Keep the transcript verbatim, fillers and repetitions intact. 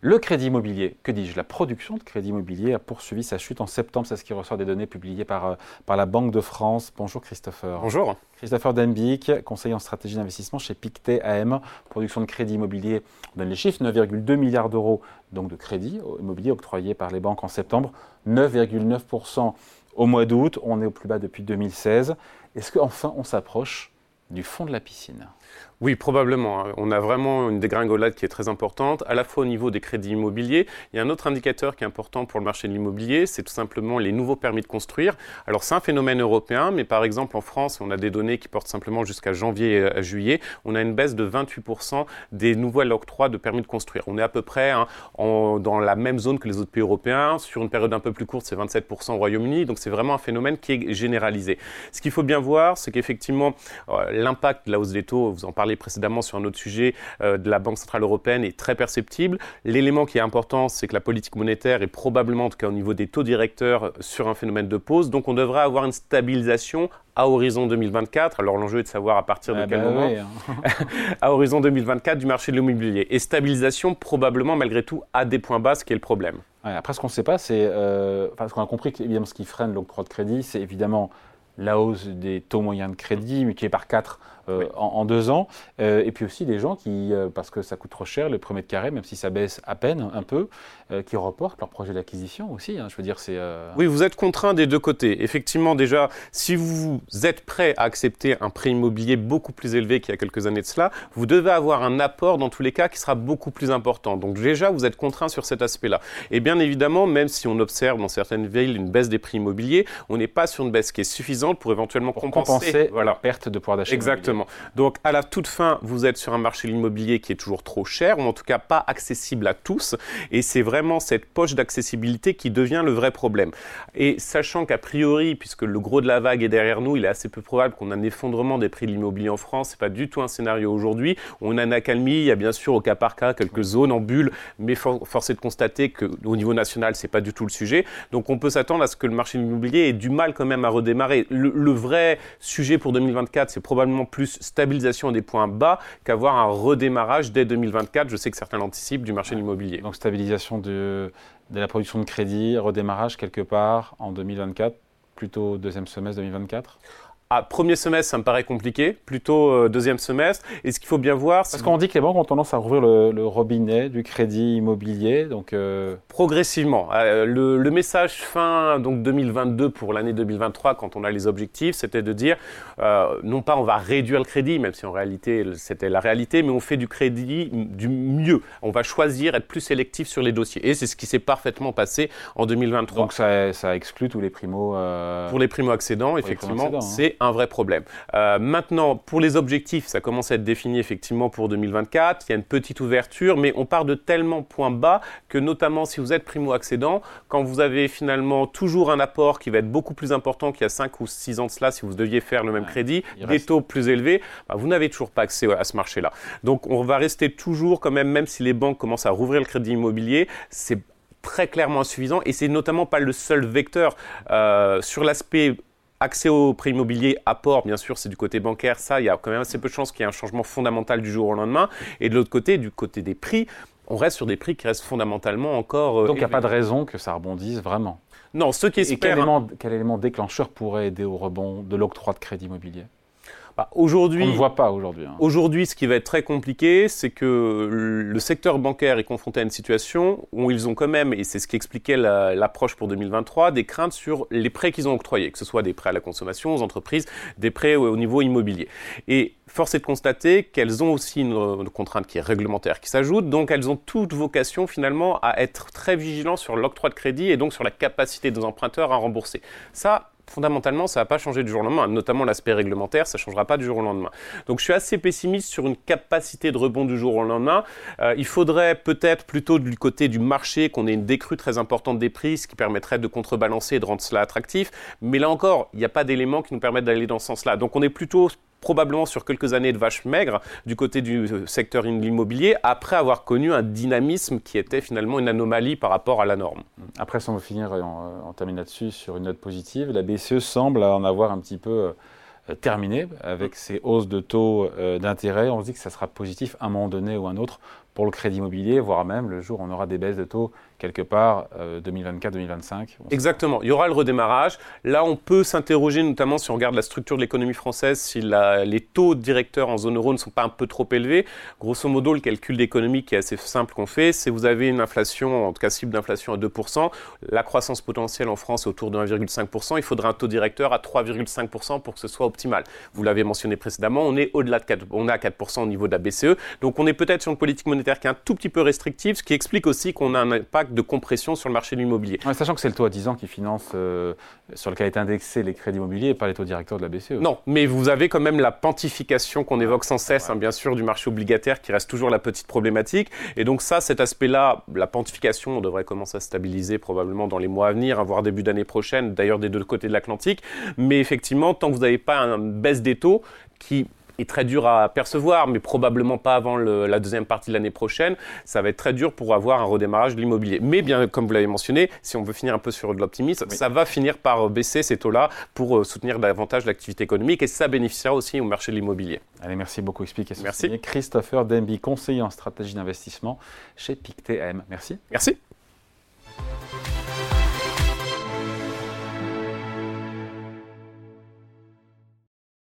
Le crédit immobilier, que dis-je, la production de crédit immobilier a poursuivi sa chute en septembre, c'est ce qui ressort des données publiées par, par la Banque de France. Bonjour Christopher. Bonjour. Christopher Dembick, conseiller en stratégie d'investissement chez Pictet A M, production de crédit immobilier, on donne les chiffres, neuf virgule deux milliards d'euros donc de crédit immobilier octroyés par les banques en septembre, neuf virgule neuf pour cent au mois d'août, on est au plus bas depuis deux mille seize. Est-ce qu'enfin on s'approche du fond de la piscine ? Oui, probablement. On a vraiment une dégringolade qui est très importante, à la fois au niveau des crédits immobiliers. Il y a un autre indicateur qui est important pour le marché de l'immobilier, c'est tout simplement les nouveaux permis de construire. Alors c'est un phénomène européen, mais par exemple en France, on a des données qui portent simplement jusqu'à janvier à juillet. On a une baisse de vingt-huit pour cent des nouveaux octrois de permis de construire. On est à peu près hein, en, dans la même zone que les autres pays européens. Sur une période un peu plus courte, c'est vingt-sept pour cent au Royaume-Uni. Donc c'est vraiment un phénomène qui est généralisé. Ce qu'il faut bien voir, c'est qu'effectivement, euh, l'impact de la hausse des taux, vous en parlez précédemment sur un autre sujet euh, de la Banque centrale européenne est très perceptible. L'élément qui est important, c'est que la politique monétaire est probablement, en tout cas au niveau des taux directeurs, sur un phénomène de pause. Donc on devrait avoir une stabilisation à horizon deux mille vingt-quatre. Alors l'enjeu est de savoir à partir de ah quel bah moment, oui, hein. à horizon deux mille vingt-quatre du marché de l'immobilier. Et stabilisation probablement malgré tout à des points bas, ce qui est le problème. Ouais, après ce qu'on ne sait pas, c'est, euh, enfin, ce qu'on a compris, évidemment ce qui freine l'octroi de crédit, c'est évidemment la hausse des taux moyens de crédit multiplié par quatre euh, oui. en, en deux ans. Euh, et puis aussi des gens qui, euh, parce que ça coûte trop cher, le premier mètre carré, même si ça baisse à peine, un peu, euh, qui reportent leur projet d'acquisition aussi. Hein, je veux dire, c'est... Euh... Oui, vous êtes contraint des deux côtés. Effectivement, déjà, si vous êtes prêt à accepter un prix immobilier beaucoup plus élevé qu'il y a quelques années de cela, vous devez avoir un apport, dans tous les cas, qui sera beaucoup plus important. Donc déjà, vous êtes contraint sur cet aspect-là. Et bien évidemment, même si on observe dans certaines villes une baisse des prix immobiliers, on n'est pas sur une baisse qui est suffisante pour éventuellement pour compenser, compenser voilà. la perte de pouvoir d'achat. Exactement. Donc, à la toute fin, vous êtes sur un marché de l'immobilier qui est toujours trop cher, ou en tout cas pas accessible à tous. Et c'est vraiment cette poche d'accessibilité qui devient le vrai problème. Et sachant qu'a priori, puisque le gros de la vague est derrière nous, il est assez peu probable qu'on ait un effondrement des prix de l'immobilier en France. C'est pas du tout un scénario aujourd'hui. On a une accalmie, il y a bien sûr au cas par cas quelques zones en bulle, mais for- force est de constater qu'au niveau national, c'est pas du tout le sujet. Donc, on peut s'attendre à ce que le marché de l'immobilier ait du mal quand même à redémarrer. Le, le vrai sujet pour deux mille vingt-quatre, c'est probablement plus stabilisation à des points bas qu'avoir un redémarrage dès deux mille vingt-quatre. Je sais que certains l'anticipent du marché de l'immobilier. Donc stabilisation de, de la production de crédit, redémarrage quelque part en deux mille vingt-quatre, plutôt deuxième semestre deux mille vingt-quatre. Ah, premier semestre, ça me paraît compliqué, plutôt euh, deuxième semestre. Et ce qu'il faut bien voir, c'est... Parce qu'on dit que les banques ont tendance à rouvrir le, le robinet du crédit immobilier, donc... Euh... Progressivement. Euh, le, le message fin donc deux mille vingt-deux pour l'année deux mille vingt-trois, quand on a les objectifs, c'était de dire, euh, non pas on va réduire le crédit, même si en réalité c'était la réalité, mais on fait du crédit du mieux. On va choisir, être plus sélectif sur les dossiers. Et c'est ce qui s'est parfaitement passé en deux mille vingt-trois. Donc ça, ça exclut tous les primo... Euh... Pour les primo-accédants, effectivement, primo-accédants, c'est... Hein. un vrai problème. Euh, maintenant, pour les objectifs, ça commence à être défini effectivement pour deux mille vingt-quatre. Il y a une petite ouverture, mais on part de tellement points bas que notamment si vous êtes primo-accédant, quand vous avez finalement toujours un apport qui va être beaucoup plus important qu'il y a cinq ou six ans de cela, si vous deviez faire le même ouais, crédit, des reste... taux plus élevés, bah, vous n'avez toujours pas accès à ce marché-là. Donc on va rester toujours quand même, même si les banques commencent à rouvrir le crédit immobilier, c'est très clairement insuffisant et c'est notamment pas le seul vecteur. Euh, sur l'aspect accès au prix immobilier, apport, bien sûr, c'est du côté bancaire. Ça, il y a quand même assez peu de chances qu'il y ait un changement fondamental du jour au lendemain. Et de l'autre côté, du côté des prix, on reste sur des prix qui restent fondamentalement encore... Euh, Donc, il n'y a pas de raison que ça rebondisse vraiment. Non, ceux qui espèrent... Et quel élément, quel élément déclencheur pourrait aider au rebond de l'octroi de crédit immobilier ? Bah, aujourd'hui, on ne voit pas aujourd'hui. Hein. Aujourd'hui, ce qui va être très compliqué, c'est que le secteur bancaire est confronté à une situation où ils ont quand même, et c'est ce qui expliquait la, l'approche pour deux mille vingt-trois, des craintes sur les prêts qu'ils ont octroyés, que ce soit des prêts à la consommation, aux entreprises, des prêts au, au niveau immobilier. Et force est de constater qu'elles ont aussi une, une contrainte qui est réglementaire qui s'ajoute, donc elles ont toute vocation finalement à être très vigilants sur l'octroi de crédit et donc sur la capacité des emprunteurs à rembourser. Ça, fondamentalement, ça ne va pas changer du jour au lendemain, notamment l'aspect réglementaire, ça ne changera pas du jour au lendemain. Donc je suis assez pessimiste sur une capacité de rebond du jour au lendemain. Euh, il faudrait peut-être plutôt du côté du marché qu'on ait une décrue très importante des prix, ce qui permettrait de contrebalancer et de rendre cela attractif. Mais là encore, il n'y a pas d'éléments qui nous permettent d'aller dans ce sens-là. Donc on est plutôt probablement sur quelques années de vaches maigres du côté du secteur de l'immobilier, après avoir connu un dynamisme qui était finalement une anomalie par rapport à la norme. Après, si on veut finir, on, on termine là-dessus sur une note positive. La B C E semble en avoir un petit peu euh, terminé avec ses hausses de taux euh, d'intérêt. On se dit que ça sera positif à un moment donné ou un autre pour le crédit immobilier, voire même le jour où on aura des baisses de taux quelque part euh, deux mille vingt-quatre deux mille vingt-cinq. Exactement, il y aura le redémarrage. Là, on peut s'interroger, notamment si on regarde la structure de l'économie française, si la, les taux directeurs en zone euro ne sont pas un peu trop élevés. Grosso modo, le calcul économique qui est assez simple qu'on fait, c'est vous avez une inflation, en tout cas cible d'inflation à deux pour cent, la croissance potentielle en France est autour de un virgule cinq pour cent, il faudra un taux directeur à trois virgule cinq pour cent pour que ce soit optimal. Vous l'avez mentionné précédemment, on est au-delà de quatre, on est à quatre pour cent au niveau de la B C E, donc on est peut-être sur une politique monétaire qui est un tout petit peu restrictive, ce qui explique aussi qu'on a un impact de compression sur le marché de l'immobilier. Ouais, sachant que c'est le taux à dix ans qui finance, euh, sur lequel est indexé les crédits immobiliers et pas les taux directeurs de la B C E. Non, mais vous avez quand même la pantification qu'on évoque sans cesse, hein, bien sûr, du marché obligataire qui reste toujours la petite problématique. Et donc ça, cet aspect-là, la pantification, on devrait commencer à stabiliser probablement dans les mois à venir, voire début d'année prochaine, d'ailleurs des deux côtés de l'Atlantique. Mais effectivement, tant que vous n'avez pas une baisse des taux qui est très dur à percevoir, mais probablement pas avant le, la deuxième partie de l'année prochaine. Ça va être très dur pour avoir un redémarrage de l'immobilier. Mais bien, comme vous l'avez mentionné, si on veut finir un peu sur de l'optimisme, oui. ça va finir par baisser ces taux-là pour soutenir davantage l'activité économique et ça bénéficiera aussi au marché de l'immobilier. Allez, merci beaucoup. Explication. Merci. Christopher Denby, conseiller en stratégie d'investissement chez Pictet A M. Merci. Merci.